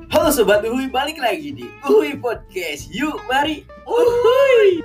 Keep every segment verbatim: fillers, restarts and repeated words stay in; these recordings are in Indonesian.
Halo Sobat Uhuy, balik lagi di Uhuy Podcast. Yuk, mari Uhuy.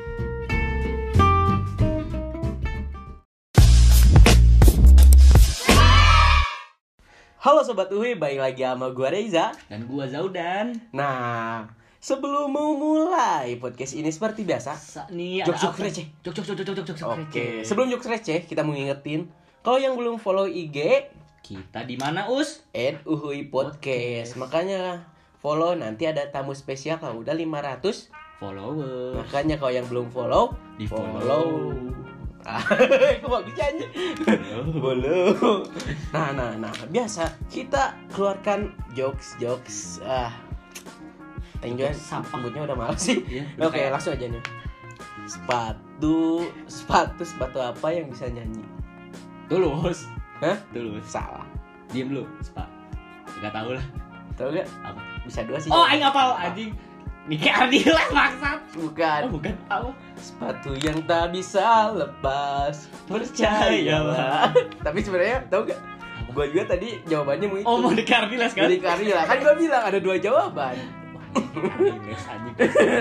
Halo Sobat Uhuy, balik lagi sama gue Reza dan gua Zaudan. Nah, sebelum mau mulai podcast ini seperti biasa, Sa- nih jok ada jok apa? receh. Jok jok jok jok jok jok jok Oke, receh. sebelum jok receh, kita mau ngingetin kalau yang belum follow I G Kita di mana, Us? at Uhuy Podcast. Podcast. Makanya follow, nanti ada tamu spesial kalau udah lima ratus. Follower. Makanya kalau yang belum follow, Di follow. follow. Ah, kok gak bisa aja. Follow. Nah, nah, nah, biasa kita keluarkan jokes-jokes. Ah, Tengjuan sambutnya udah malas sih. Iya, Oke, udah kayak- langsung aja nih. Sepatu, sepatu, sepatu apa yang bisa nyanyi? Tulus. Hah? Tulus. Salah. Diam lu, Spa. Enggak tahu lah. Tahu gak? Apa? Bisa dua sih. Oh, aing apal anjing. Niki Ardila maksud. Bukan. Oh, bukan. Apa? Sepatu yang tak bisa lepas, percayalah. Tapi sebenarnya tahu gak? Gue juga tadi jawabannya mau itu. Oh, mau Niki Ardila kan? Dari Karila. Kan gue bilang ada dua jawaban. Inggris anjing.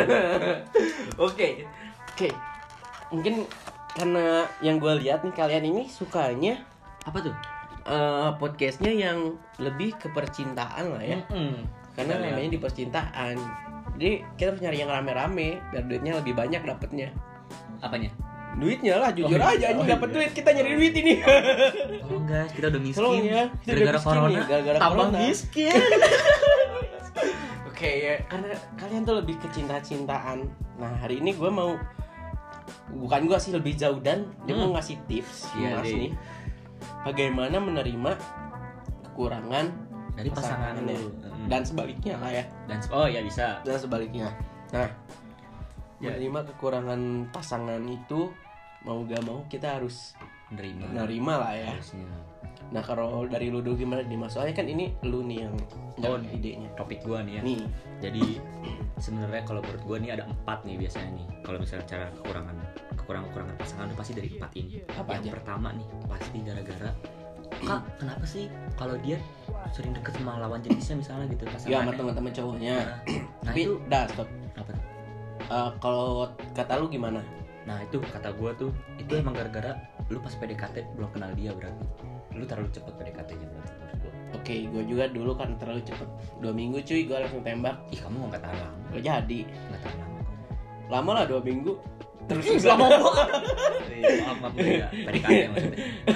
Oke. Oke. Mungkin karena yang gue lihat nih kalian ini sukanya Apa tuh? eh, podcastnya yang lebih ke percintaan lah ya. Mm-mm. Karena Kita lihat. namanya di percintaan. Jadi kita harus nyari yang rame-rame biar duitnya lebih banyak dapetnya. Apanya? Duitnya lah, jujur Oh, aja iya. anjing Oh, dapat iya. duit, kita nyari duit ini. Tolong guys, kita udah miskin. Tolong ya, kita udah Gara-gara miskin corona. nih, gara-gara tambah corona. miskin. Oke ya, karena kalian tuh lebih ke cinta-cintaan. Nah hari ini gue mau, bukan gue sih, lebih jauh dan dia Hmm. mau ngasih tips Iya, Mas deh. nih, bagaimana menerima kekurangan Dari pasangan pasangannya. lu. Mm. Dan sebaliknya lah ya, Dan oh ya bisa. dan sebaliknya. Nah, Ya. menerima kekurangan pasangan itu mau gak mau kita harus Menerima. menerima lah ya. Harusnya. Nah kalau dari lu dulu gimana nih Mas? Soalnya kan ini lu nih yang Oh, dapat idenya. Topik gua nih ya. Nih, Jadi sebenarnya kalau menurut gua nih ada empat nih biasanya nih. Kalau misalnya cara kekurangan kekurangan kekurangan pasangan tuh pasti dari empat ini. Apa Yang aja? pertama nih pasti gara-gara Kak, kenapa sih kalau dia sering deket sama lawan jenisnya misalnya gitu ya sama pasangannya? teman-teman cowoknya. Nah, nah Tapi itu dah stop. apa tuh? Eh, kalau kata lu gimana? Nah itu kata gua tuh itu emang gara-gara lu pas P D K T belum kenal dia berarti. Lu terlalu cepet P D K T-nya berarti menurut gua. Oke, gue juga dulu kan terlalu cepet. Dua minggu cuy, gue langsung tembak. Ih kamu mau nggak tahan lama? Gak jadi. Nggak tahan lama kamu. Lama lah dua minggu. Terus Ih, juga. lama banget. Iya, maaf maaf ya. P D K T maksudnya.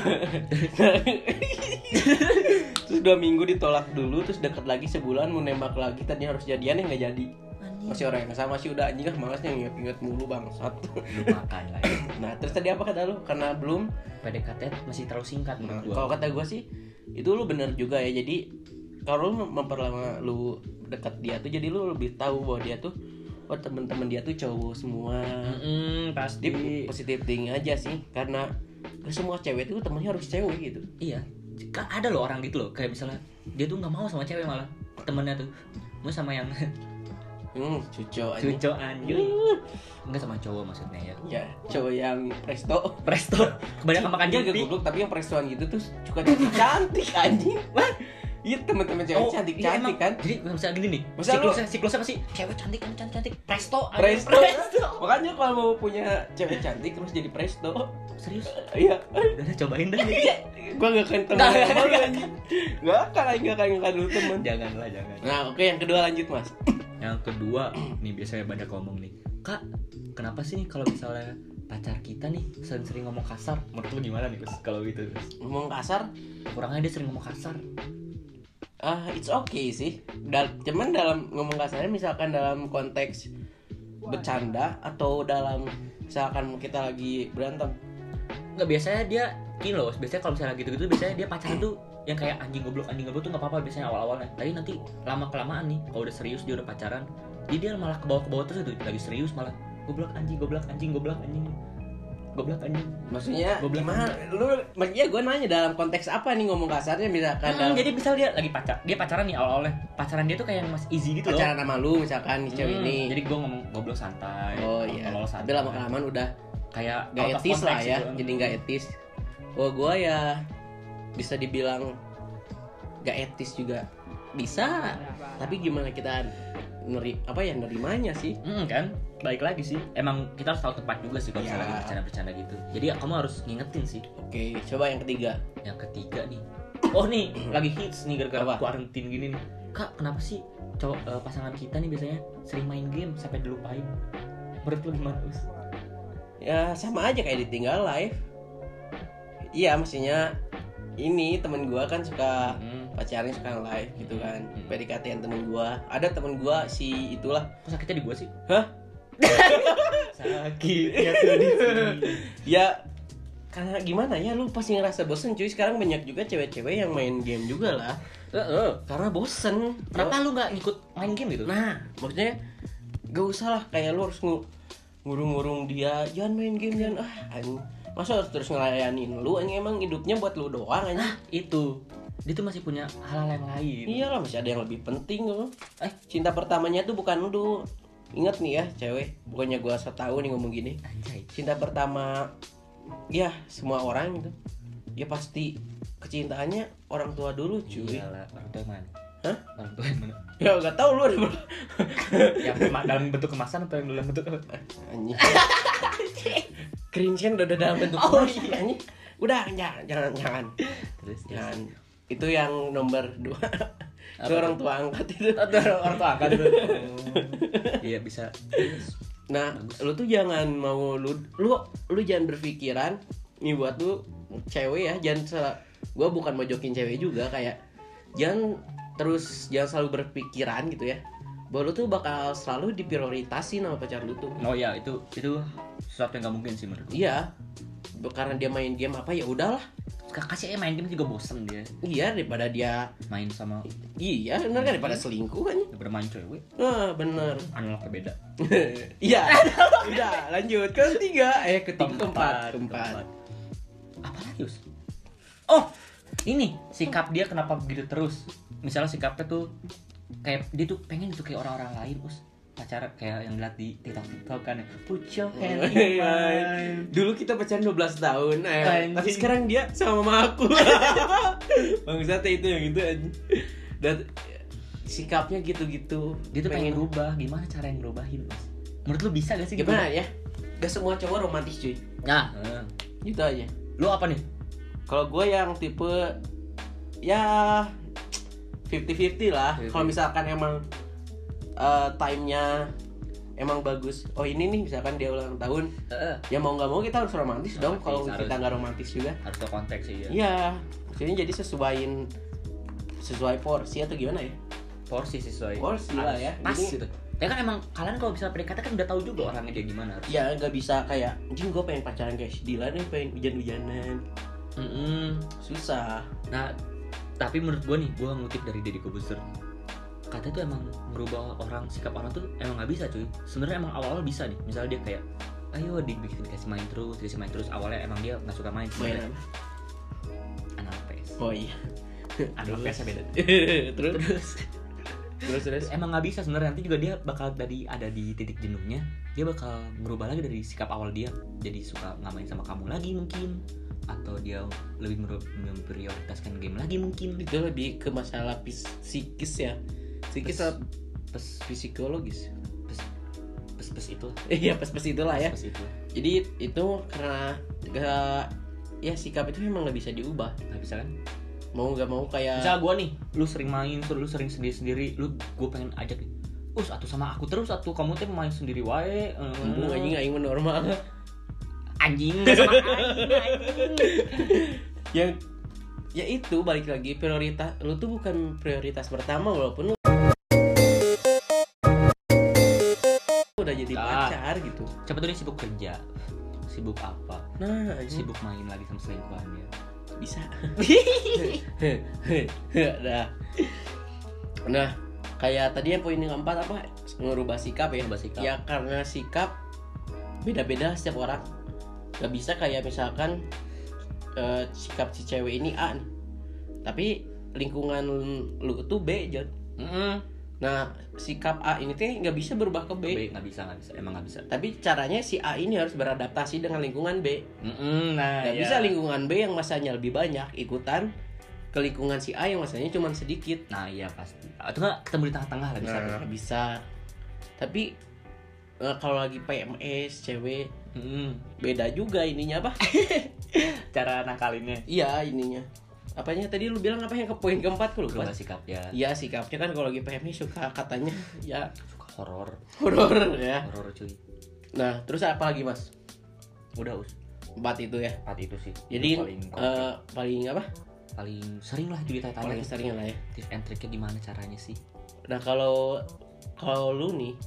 Terus dua minggu ditolak dulu, terus deket lagi sebulan mau nembak lagi, tadinya harus jadian yang nggak jadi. Masih orang yang sama sih udah anjing lah, malasnya inget-inget mulu bangsat. Lupakan lah ya. Nah, terus tadi apa kata lu? Karena belum. P D K T masih terlalu singkat Nah, menurut gua. kalau kata gue sih itu lu bener juga ya. Jadi kalau lu memperlama lu dekat dia tuh, jadi lu lebih tahu bahwa dia tuh, oh temen-temen dia tuh cowok semua. Mm-mm, pasti. Dia positif thinking aja sih, karena gak semua cewek tuh temennya harus cewek gitu. Iya. Kan ada loh orang gitu loh, kayak misalnya dia tuh nggak mau sama cewek malah temennya tuh mau sama yang Hmm, cuco aja. cuco anjir. Enggak sama cowok maksudnya ya. Ya, cowok yang presto. Presto. Kebanyakan makan Dia agak jengpik. goblok, tapi yang prestoan gitu tuh suka cantik anjing. Wah, iya temen-temen cewek Oh, cantik-cantik iya, emang. kan. Jadi misalnya gini nih, Masa lu- siklusnya siklusnya apa sih? Cewek cantik kan cantik cantik. Presto. anjing. Presto. Presto. Makanya kalau mau punya cewek cantik terus jadi presto. Serius? Iya. Udah cobain dah nih. Gua gak akan temen Nggak, sama nggak, lu anjing. Gak akan, gak akan, gak akan dulu temen. Janganlah, jangan. Nah, oke, yang kedua lanjut Mas. Yang kedua, nih biasanya banyak ngomong nih. Kak, kenapa sih nih kalau misalnya pacar kita nih sering-sering ngomong kasar? Menurut lu gimana nih Gus kalau gitu? Gus? Ngomong kasar, Kurangnya dia sering ngomong kasar. ah it's okay sih. Dal- cuman dalam ngomong kasarnya misalkan dalam konteks bercanda atau dalam misalkan kita lagi berantem. Nggak, biasanya dia gini loh, biasanya kalau misalnya gitu-gitu biasanya dia pacaran tuh yang kayak anjing goblok anjing goblok tuh nggak apa-apa biasanya awal-awalnya, tapi nanti lama kelamaan nih kalau udah serius dia udah pacaran, jadi dia malah ke bawah ke bawah terus tuh lagi serius malah goblok anjing goblok anjing goblok anjing goblok anjing. Maksudnya Gua bilang gimana? Lu maksudnya gue nanya dalam konteks apa nih ngomong kasarnya misalkan Hmm, dalam jadi misal dia lagi pacar, dia pacaran nih awal-awalnya, pacaran dia tuh kayak yang masih easy gitu loh. pacaran sama lu misalkan nih cewek Hmm, ini. Jadi gue ngomong goblok santai. Oh iya. ngomong santai. Tapi lama kelamaan udah kayak gak out of etis lah context ya. gitu. Jadi gak etis. Oh gue ya bisa dibilang gak etis juga. bisa. Tapi gimana kita neri apa ya nerimanya sih? Hmm, kan baik lagi sih. Emang kita harus tahu tempat juga sih kalau Ya. misalnya lagi bercanda-bercanda gitu. Jadi kamu harus ngingetin sih. Oke, coba yang ketiga. Yang ketiga nih. Oh nih, lagi hits nih gara-gara Apa? quarantine gini nih. Kak, kenapa sih cowok eh, pasangan kita nih biasanya sering main game sampai dilupain? Menurut lu gimana, Us? Ya sama aja kayak ditinggal live. Iya, maksudnya ini temen gua kan suka Hmm. pacarnya suka live gitu kan. Hmm. P D K T-an temen gua. Ada temen gua si itulah. Kok sakitnya di gua sih? Hah? Sakitnya tuh di sini. Ya karena gimana ya, lu pasti ngerasa bosen cuy. Sekarang banyak juga cewek-cewek yang main game juga lah. Heeh. Karena bosen. Kenapa lu nggak ngikut main game gitu? Nah, maksudnya gak usah lah kayak lu harus ngu- ngurung-ngurung dia, jangan main game, jangan ah anjing. Masa harus terus ngelayanin lu, anjing emang hidupnya buat lu doang anjing. Nah, itu. Dia tuh masih punya hal-hal yang lain. Iyalah, masih ada yang lebih penting loh. Eh, Cinta pertamanya tuh bukan lu. Ingat nih ya, cewek. Bukannya gua so tau nih ngomong gini. anjay. Cinta pertama ya semua orang gitu. Ya pasti kecintaannya orang tua dulu cuy. Iyalah, orang tua yang mana? Hah? Orang tua yang mana? Ya gak tau lu ada berapa. Yang kema- dalam bentuk kemasan atau yang dalam bentuk apa? Anjing. Cringe kan udah dalam bentuk Oh, emas, iya. anjing. Udah jangan jangan jangan. Terus, terus. Jangan. Itu yang nomor dua. Itu Apa orang tuh? tua angkat itu. Atau orang tua angkat dulu. Iya bisa. Nah, lu tuh jangan mau lu lu lu jangan berpikiran nih buat lu cewek ya, jangan salah. Gua bukan mau jokin cewek juga, kayak jangan terus jangan selalu berpikiran gitu ya, bahwa lu tuh bakal selalu diprioritasin sama pacar lu tuh. Oh ya, itu itu sesuatu yang gak mungkin sih menurut gue. Iya. Karena dia main game apa ya udahlah. Kasih main game juga bosen dia. Iya, daripada dia Main sama iya, bener kan, daripada selingkuh kan. daripada main cewek. Ah, bener. Analognya beda. Iya. Udah, lanjut ke ketiga. Eh, ketiga keempat, keempat. Apa lagi, Us? Oh, ini sikap dia kenapa begitu terus? Misalnya sikapnya tuh kayak dia tuh pengen gitu kayak orang-orang lain, Us. Pacaran kayak yang lihat di TikTok TikTok kan ya. Put your hand in mine. Dulu kita pacaran dua belas tahun, eh, Anjing. tapi sekarang dia sama mama aku. Bangsatnya itu yang itu anjing. Dan sikapnya gitu-gitu. Dia tuh pengen rubah, gimana cara yang ngerubahin, Us? Menurut lu bisa gak sih gitu? Gimana ya? Gak semua cowok romantis cuy. Nah, Gitu aja. lu apa nih? Kalau gue yang tipe ya fifty fifty lah. fifty. Kalau misalkan emang uh, time-nya emang bagus. Oh ini nih misalkan dia ulang tahun, Heeh. ya mau nggak mau kita harus romantis dong. Romantis, Kalau harus. kita nggak romantis juga, Harus ke konteks sih ya. iya. Maksudnya jadi sesuaiin sesuai porsi atau gimana ya? Porsi sesuai. Porsi lah ya. Pas Jadi- gitu. Ya kan emang kalian kalau bisa P D K T kan udah tahu juga orangnya dia gimana. Ya nggak bisa kayak, anjing gue pengen pacaran kayak si Dilan nih, pengen hujan-hujanan. Mm-mm. Susah. Nah, tapi menurut gue nih, gue ngutip dari Deddy Kobuser, katanya tuh emang merubah orang, sikap orang tuh emang nggak bisa cuy. Sebenarnya emang awal-awal bisa nih. Misalnya dia kayak, ayo dibikin dikasih main terus, dikasih main terus. Awalnya emang dia nggak suka main. Main sebenarnya. apa? Analog P S. Oh iya. Analog P S beda. terus Terus terus terus. emang nggak bisa sebenarnya, nanti juga dia bakal dari ada di titik jenuhnya, dia bakal merubah lagi dari sikap awal dia, jadi suka nggak main sama kamu lagi mungkin, atau dia lebih mer- memprioritaskan game lagi mungkin. Itu lebih ke masalah psikis ya. Psikis Pes- atau pes- psikologis. pes pes pes itu Iya, pes-pes itulah ya. pes itu Jadi itu karena gak, ya sikap itu memang nggak bisa diubah. nggak bisa kan. Mau nggak mau kayak Misal gue nih, lu sering main, terus lu sering sendiri-sendiri, lu gue pengen ajak, us atau sama aku terus, atau kamu tuh main sendiri wae. ngomong anjing aing mah normal. Anjing nggak sama anjing, anjing. Yang ya itu balik lagi prioritas lu tuh bukan prioritas pertama walaupun lu udah jadi Ah. pacar gitu. Siapa tuh dia sibuk kerja, sibuk apa, Nah, anjing sibuk main lagi sama selingkuhannya. bisa. Nah. Nah, kayak tadi yang poin yang keempat apa? Ngerubah sikap ya. Ngerubah sikap. Ya karena sikap beda-beda setiap orang. Gak bisa kayak misalkan eh, sikap si cewek ini A nih. Tapi lingkungan lu tuh B, John. Mm-mm. Nah, sikap A ini tuh nggak bisa berubah ke B. B nggak bisa, nggak bisa, emang nggak bisa. Tapi caranya si A ini harus beradaptasi dengan lingkungan B. Mm-mm, nah Gak ya. bisa lingkungan B yang masanya lebih banyak ikutan ke lingkungan si A yang masalahnya cuma sedikit. Nah iya pasti. Atau nggak ketemu di tengah-tengah lah bisa. Nah, bisa. Tapi uh, kalau lagi P M S cewek hmm. beda juga ininya apa? Cara nakalinnya. Iya ininya. Apanya tadi lu bilang apa yang ke poin keempat lu lupa? Sikapnya. Iya sikapnya kan kalau lagi P M S suka katanya ya suka horor. Horor ya. Horor cuy. Nah terus apa lagi mas? Udah us. Empat itu ya. Empat itu sih. Jadi paling, uh, paling apa? Paling sering lah ditanya. Paling sering lah ya. Tips and triknya gimana caranya sih? Nah kalau kalau lu nih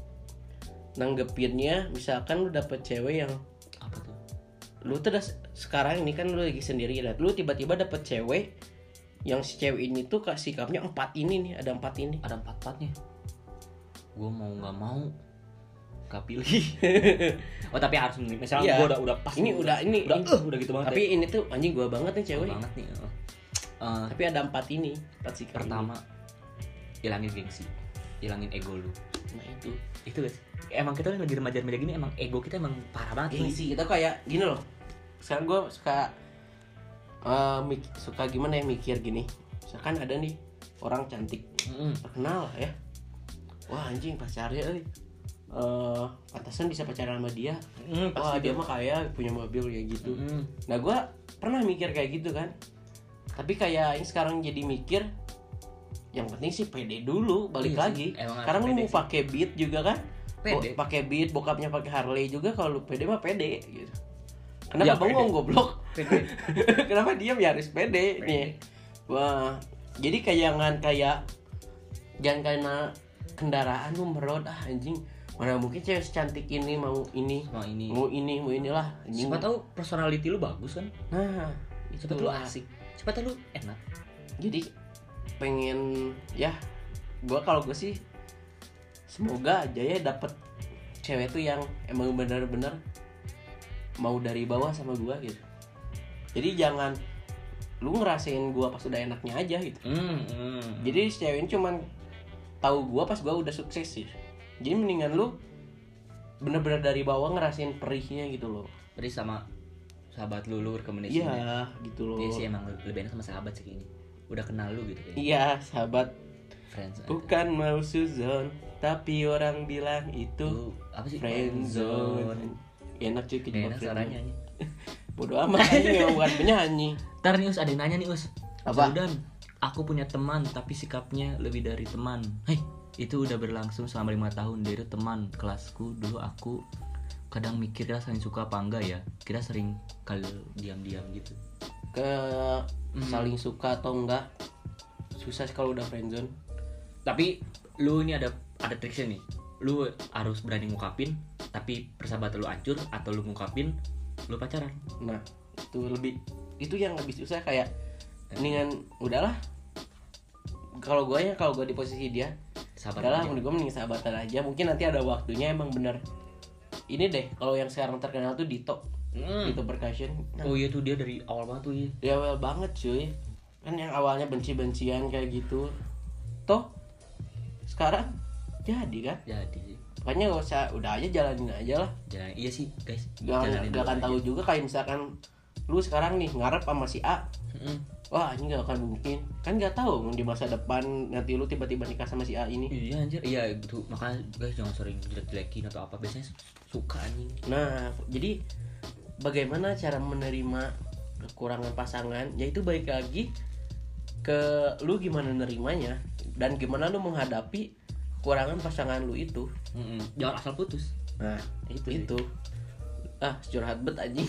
nanggepinnya misalkan lu dapet cewek yang apa tuh? Lu tuh udah sekarang ini kan lu lagi sendiri dan lu tiba-tiba dapet cewek yang si cewek ini tuh sikapnya empat ini nih, ada empat ini. Ada empat-empatnya. Gue mau nggak mau gak pilih. Oh tapi harus misalnya iya. gue udah udah pas. Ini udah ini udah, ini, uh, udah gitu banget. Tapi ya. ini tuh anjing gue banget nih cewek. Gua banget nih. Uh, tapi ada empat ini, empat sikap. Pertama, hilangin gengsi, hilangin ego lu. Nah itu, itu guys. Emang kita lagi remaja-remaja gini, emang ego kita emang parah banget. Gengsi kita kayak gini loh. Sekarang gue suka uh, mik- suka gimana ya mikir gini. Misalkan ada nih orang cantik, mm-hmm. terkenal ya. Wah anjing pacarnya, eh. Uh, pantasan bisa pacaran sama dia. Mm, wah dia mah kaya punya mobil kayak gitu. Mm. Nah gue pernah mikir kayak gitu kan. Tapi kayak ini sekarang jadi mikir yang penting sih pede dulu balik iya lagi. Sekarang lu mau pakai Beat juga kan? Pede. Bo- pakai Beat, bokapnya pakai Harley juga, kalau lu pede mah pede gitu. Kenapa ya, bengong goblok? Pede. Kenapa diam ya harus pede, pede nih. Wah, jadi kayak jangan kayak jangan karena kendaraan lu merod ah anjing. Mana mungkin cewek secantik ini mau ini, mau ini, mau ini, mau inilah. Anjing. Siapa tahu personality lu bagus kan? Nah, siapa tahu lu asik. Siapa tahu lu enak. Jadi pengen ya, gua kalau gue sih semoga aja ya dapet cewek tuh yang emang benar-benar mau dari bawah sama gua gitu. Jadi jangan lu ngerasain gua pas udah enaknya aja gitu. Mm, mm. Jadi si cewek ini cuman tahu gua pas gua udah sukses sih. Jadi mendingan lu bener-bener dari bawah ngerasain perihnya gitu loh. Perih sama sahabat lu, lu rekomendasinya. Iya, gitu loh. Iya sih emang lebih enak sama sahabat sih kayaknya. Udah kenal lu gitu kayaknya. Iya, sahabat. Friends. Bukan aja. Mau suzon, tapi orang bilang itu uh, apa sih? Friendzone. Enak cuy kita enak suaranya nih. Bodoh amat anjing memang bukan penyanyi. Ntar nih Us, ada yang nanya nih Us. Apa? Dan aku punya teman tapi sikapnya lebih dari teman. Hei, itu udah berlangsung selama lima tahun. Dia itu teman kelasku. Dulu aku kadang mikir kita saling suka apa enggak ya. Kita sering kali diam-diam gitu. Ke hmm. saling suka atau enggak susah kalau udah friendzone. Tapi lu ini ada ada triknya nih. Lu harus berani ngungkapin tapi persahabatan lu hancur, atau lu ngungkapin lu pacaran. Nah, itu lebih itu yang lebih susah kayak mendingan udahlah. Kalau gue ya kalau gue di posisi dia, sahabat udahlah mending gue mending sahabatan aja. Mungkin nanti ada waktunya emang bener. Ini deh kalau yang sekarang terkenal tuh Dito. Hmm. Dito Percussion. Nah, oh iya tuh dia dari awal banget tuh ya. Dia awal banget cuy. Kan yang awalnya benci-bencian kayak gitu. Toh sekarang jadi kan? Jadi. Makanya gak usah, udah aja jalanin aja lah. Jalan, iya sih guys. Gak, gak akan tahu juga kayak misalkan lu sekarang nih ngarep sama si A. Mm-hmm. Wah ini gak akan mungkin. Kan gak tahu di masa depan nanti lu tiba-tiba nikah sama si A ini. Iya anjir. Iya gitu. Makanya guys jangan sering jelek-jelekin atau apa. Biasanya suka anjing. Nah jadi bagaimana cara menerima kekurangan pasangan? Ya itu balik lagi ke lu gimana nerimanya dan gimana lu menghadapi kekurangan pasangan lu itu. Mm-mm. Jangan asal putus. Nah itu itu ah curhat bet anjing.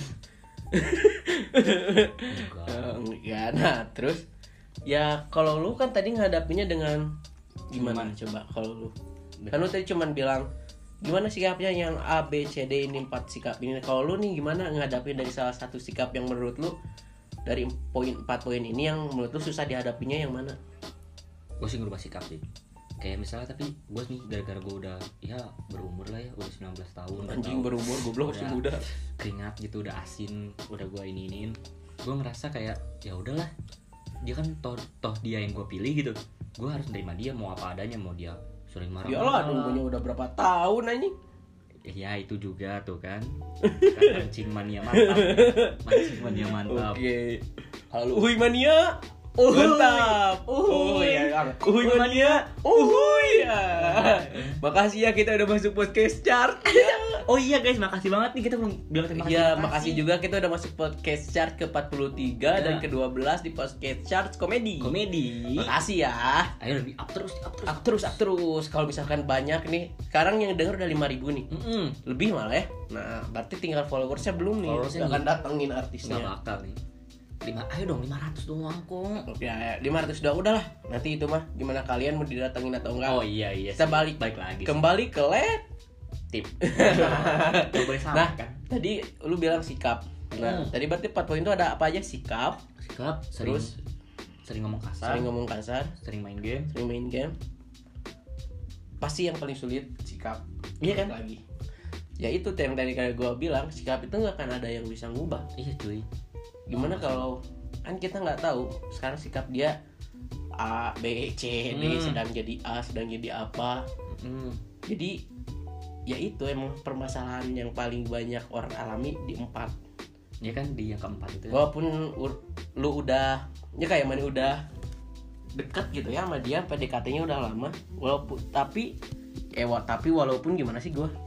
Enggak. Nah terus ya kalau lu kan tadi ngadapinnya dengan gimana, gimana? Coba kalau lu kan lu tadi cuman bilang gimana sikapnya yang A B C D ini empat sikap ini. Kalau lu nih gimana ngadapin dari salah satu sikap yang menurut lu dari poin empat poin ini yang menurut lu susah dihadapinya yang mana? Gue sih ngerubah sikap sih. Kayak misalnya tapi gue nih gara-gara gue udah ya berumur lah ya, udah sembilan belas tahun. Anjing berumur, goblok masih muda. Keringat gitu udah asin, udah gue ini-iniin. Gue ngerasa kayak ya udahlah. Dia kan toh, toh dia yang gue pilih gitu. Gue harus nerima dia mau apa adanya, mau dia sering marah. Iyalah, nunggunya udah berapa tahun anjing. Ya itu juga tuh kan. Kan mancing mania mantap. Ya. Mancing mania mantap. Oke. Okay. Halo. Uy mania. Uhuy. Mantap. Uhuy. ya, Kang. Uhuy mania. Uhuy. Ya. Makasih ya kita udah masuk podcast chart. Oh iya guys, makasih banget nih kita belum bilang terima kasih. Iya, makasih juga kita udah masuk podcast chart ke empat puluh tiga Ya. dan ke dua belas di podcast chart komedi. Komedi. Makasih ya. Ayo lebih up terus, up terus. Up terus, up terus. Kalau misalkan banyak nih, sekarang yang denger udah lima ribu nih. Mm-mm. Lebih malah ya. Nah, berarti tinggal followersnya belum nih. Followersnya Nggak akan nih. datengin artisnya. Nggak bakal nih. Lima, ayo dong lima ratus doang kok. Ya, ya, lima ratus doang udahlah. Nanti itu mah gimana kalian mau didatengin atau enggak. Oh iya iya. Kita sih. balik balik lagi. Kembali ke let tip. Nggak boleh sama Nah, kan. tadi lu bilang sikap. Nah, Hmm. tadi berarti empat poin itu ada apa aja? Sikap, Sikap, sering, terus sering ngomong kasar, sering ngomong kasar, sering main game. sering main game. Pasti yang paling sulit sikap. Iya kan? Lagi. Ya itu yang tadi kayak gue bilang, sikap itu nggak akan ada yang bisa ngubah. Iya cuy. Gimana kalau kan kita nggak tahu sekarang sikap dia A, B, C, D, Hmm. sedang jadi A, sedang jadi apa. Mm. Jadi ya itu emang permasalahan yang paling banyak orang alami di empat. Ya kan di yang keempat itu. Walaupun ur- lu udah ya kayak mana udah dekat gitu ya sama dia, P D K T-nya udah lama, walaupun tapi eh wa- tapi walaupun gimana sih gua?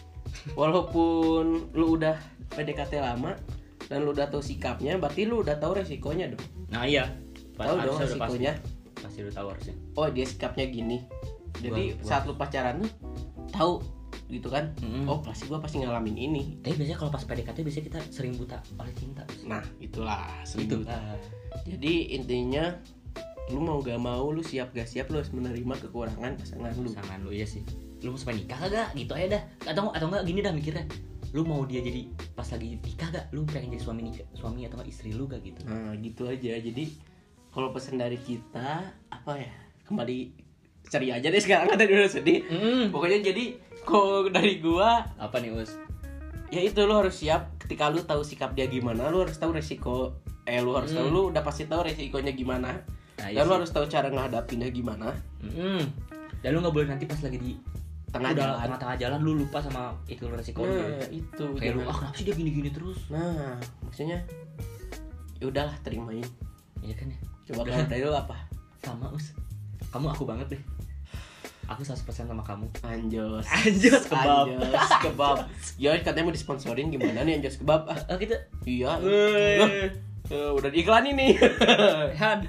Walaupun lu udah P D K T lama dan lu udah tahu sikapnya, berarti lu udah tahu resikonya dong. Nah iya. Tahu dong Harusnya udah resikonya. Pasti, pasti udah tahu harusnya. Oh, dia sikapnya gini. Jadi Gua- gua- saat lu pacaran tuh tahu gitu kan. Mm-mm. Oh, pasti gua pasti ngalamin ini. Tapi biasanya kalau pas P D K T biasanya kita sering buta oleh cinta. Nah, itulah Itu. selingkuh. Jadi intinya lu mau gak mau, lu siap gak siap, lu harus menerima kekurangan pasangan lu. Pasangan lu iya sih. Lu mau sampai nikah kagak? Gitu aja dah. Atau atau enggak gini dah mikirnya. Lu mau dia jadi pas lagi nikah gak? Lu pengen jadi suami nikah, suami atau enggak istri lu gak gitu. Nah, gitu aja. Jadi kalau pesan dari kita apa ya? Kembali ceria aja deh sekarang, tadi udah sedih. Mm. Pokoknya jadi kalau dari gua Apa nih, Us? ya itu, lu harus siap ketika lu tahu sikap dia gimana, lu harus tahu resiko eh lu harus tahu, Hmm. lu udah pasti tahu resikonya gimana. Nah, Dan lu harus tahu cara ngadapinnya gimana. Mm. Dan lu nggak boleh nanti pas lagi di Tengah udah jalan. tengah-tengah jalan lu lupa sama itu resikonya. Nah, itu Kayak lu, jangan- ah kenapa sih dia gini-gini terus? Nah, maksudnya ya udahlah, terimain. Iya kan ya? Coba kalau dari lu apa? Sama, Us. Kamu aku banget deh. Aku seratus persen sama kamu. Anjos. Anjos kebab. Anjos kebab. Ya katanya mau disponsorin, gimana nih Anjos kebab? Ah, Oh gitu. iya. Weh. Eh, udah diiklanin nih. Han.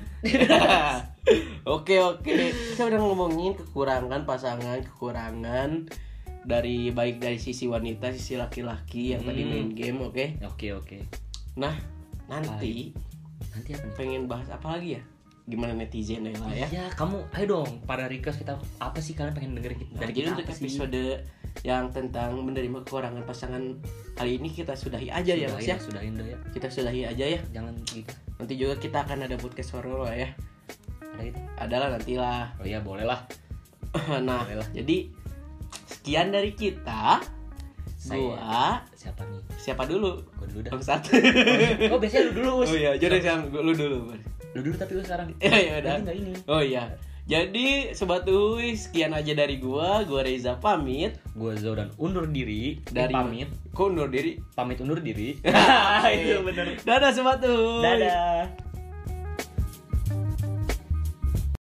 Oke oke. Kita udah ngomongin kekurangan pasangan, kekurangan dari baik dari sisi wanita, sisi laki-laki yang tadi Hmm. main game, oke. Oke oke. Nah, nanti Nanti apa nih? pengen bahas apa lagi ya? Gimana netizen ya lah ya? Iya, kamu ayo dong pada request kita apa sih kalian pengen dengerin kita Nah, dari jadi kita untuk apa sih? episode yang tentang menerima kekurangan pasangan kali ini kita sudahi aja ya Mas ya. Sudahin dah ya. Kita sudahi aja ya. Jangan gitu. Nanti juga kita akan ada podcast horor lah ya. Ada gitu. Adalah nantilah. Oh iya, boleh lah. Nah, Boleh lah. jadi sekian dari kita. Saya- Gua Siapa nih? siapa dulu? Gua dulu dah. Bangsat. Oh, biasanya lu dulu, Us. Oh iya, jadi saya lu dulu. Bang. Lu dulu tapi lu sekarang. Ya ya udah. Nanti enggak ini. Oh iya. Jadi sobat Uwi, sekian aja dari gua. Gua Reza pamit. Gua Zodan undur diri Dari dari pamit. Kok undur diri? Pamit undur diri. Itu bener. Dadah sobat Uwi. Dadah.